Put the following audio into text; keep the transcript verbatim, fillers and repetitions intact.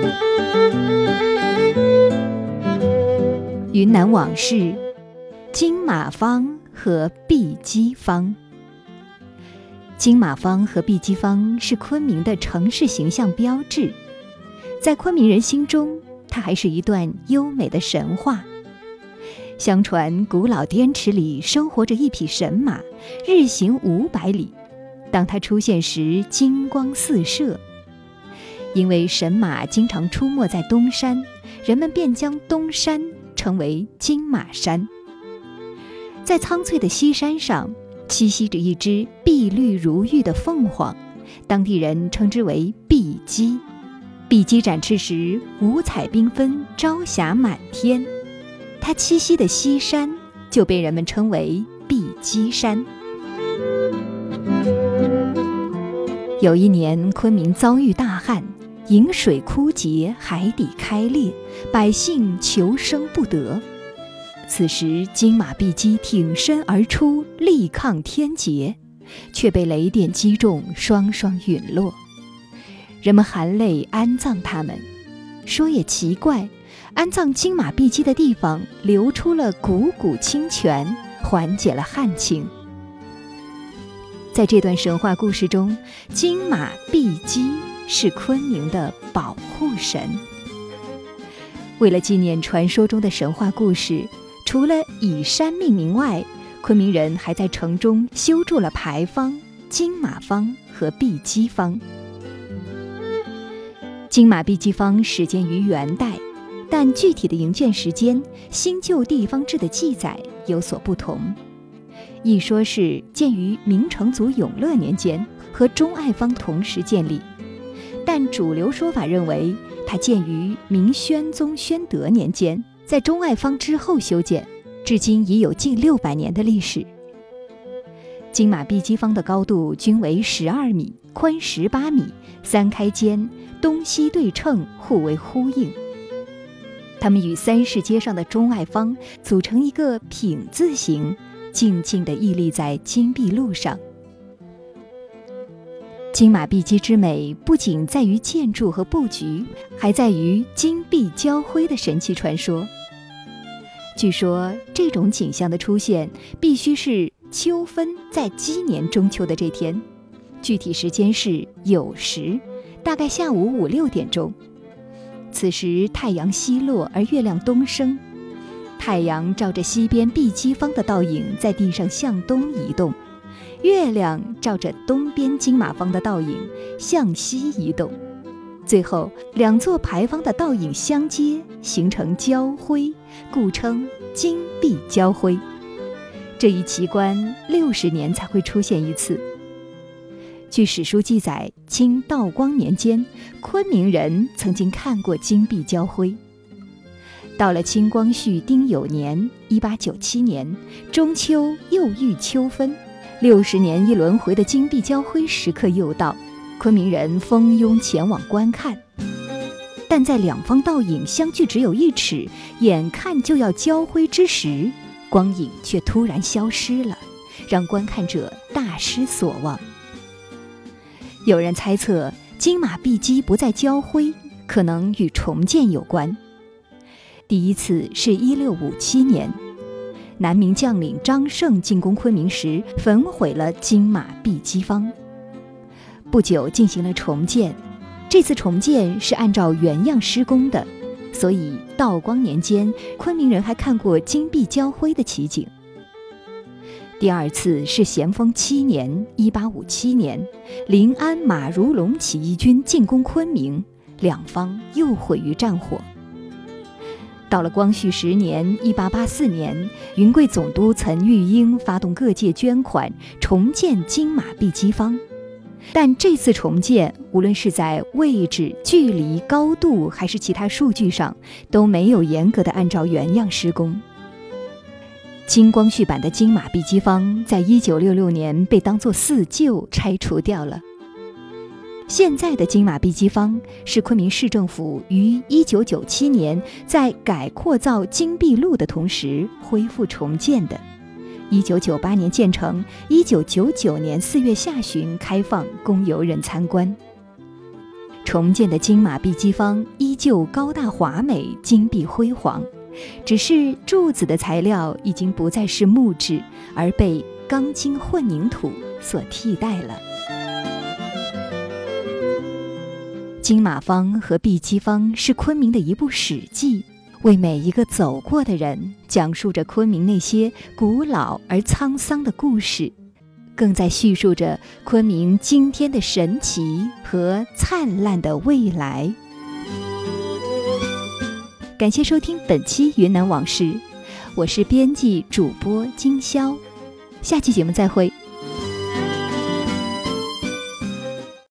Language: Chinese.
云南往事，金马坊和碧鸡坊。金马坊和碧鸡坊是昆明的城市形象标志，在昆明人心中，它还是一段优美的神话。相传古老滇池里生活着一匹神马，日行五百里，当它出现时金光四射。因为神马经常出没在东山，人们便将东山称为金马山。在苍翠的西山上栖息着一只碧绿如玉的凤凰，当地人称之为碧鸡。碧鸡展翅时五彩缤纷，朝霞满天，它栖息的西山就被人们称为碧鸡山。有一年昆明遭遇大旱，饮水枯竭，海底开裂，百姓求生不得。此时金马碧鸡挺身而出，力抗天劫，却被雷电击中，双双陨落。人们含泪安葬它们。说也奇怪，安葬金马碧鸡的地方流出了汩汩清泉，缓解了旱情。在这段神话故事中，金马碧鸡是昆明的保护神。为了纪念传说中的神话故事，除了以山命名外，昆明人还在城中修筑了牌坊、金马坊和碧鸡坊。金马碧鸡坊始建于元代，但具体的营建时间、新旧地方志的记载有所不同。一说是建于明成祖永乐年间，和钟爱坊同时建立，但主流说法认为它建于明宣宗宣德年间，在钟爱坊之后修建，至今已有近六百年的历史。金马碧鸡坊的高度均为十二米，宽十八米，三开间，东西对称，互为呼应。它们与三市街上的钟爱坊组成一个品字形，静静地屹立在金碧路上。金马碧鸡之美不仅在于建筑和布局，还在于金碧交辉的神奇传说。据说这种景象的出现必须是秋分在鸡年中秋的这天，具体时间是酉时，大概下午五六点钟。此时太阳西落而月亮东升，太阳照着西边碧鸡坊的倒影在地上向东移动，月亮照着东边金马坊的倒影向西移动，最后两座牌坊的倒影相接，形成交辉，故称金碧交辉。这一奇观六十年才会出现一次。据史书记载，清道光年间，昆明人曾经看过金碧交辉。到了清光绪丁酉年一八九七年，中秋又遇秋分，六十年一轮回的金碧交辉时刻又到，昆明人蜂拥前往观看。但在两方倒影相距只有一尺，眼看就要交辉之时，光影却突然消失了，让观看者大失所望。有人猜测金马碧鸡不再交辉，可能与重建有关。第一次是一六五七年，南明将领张胜进攻昆明时焚毁了金马碧鸡坊，不久进行了重建。这次重建是按照原样施工的，所以道光年间昆明人还看过金碧交辉的奇景。第二次是咸丰七年一八五七年，临安马如龙起义军进攻昆明，两方又毁于战火。到了光绪十年一八八四年，云贵总督岑玉英发动各界捐款，重建金马碧鸡坊。但这次重建无论是在位置、距离、高度还是其他数据上，都没有严格的按照原样施工。清光绪版的金马碧鸡坊在一九六六年被当作四旧拆除掉了。现在的金马碧鸡坊是昆明市政府于一九九七年在改扩造金碧路的同时恢复重建的，一九九八年建成，一九九九年四月下旬开放供游人参观。 重建的金马碧鸡坊依旧高大华美、金碧辉煌，只是柱子的材料已经不再是木质，而被钢筋混凝土所替代了。金马坊和碧鸡坊是昆明的一部史记，为每一个走过的人讲述着昆明那些古老而沧桑的故事，更在叙述着昆明今天的神奇和灿烂的未来。感谢收听本期云南往事，我是编辑主播金潇，下期节目再会。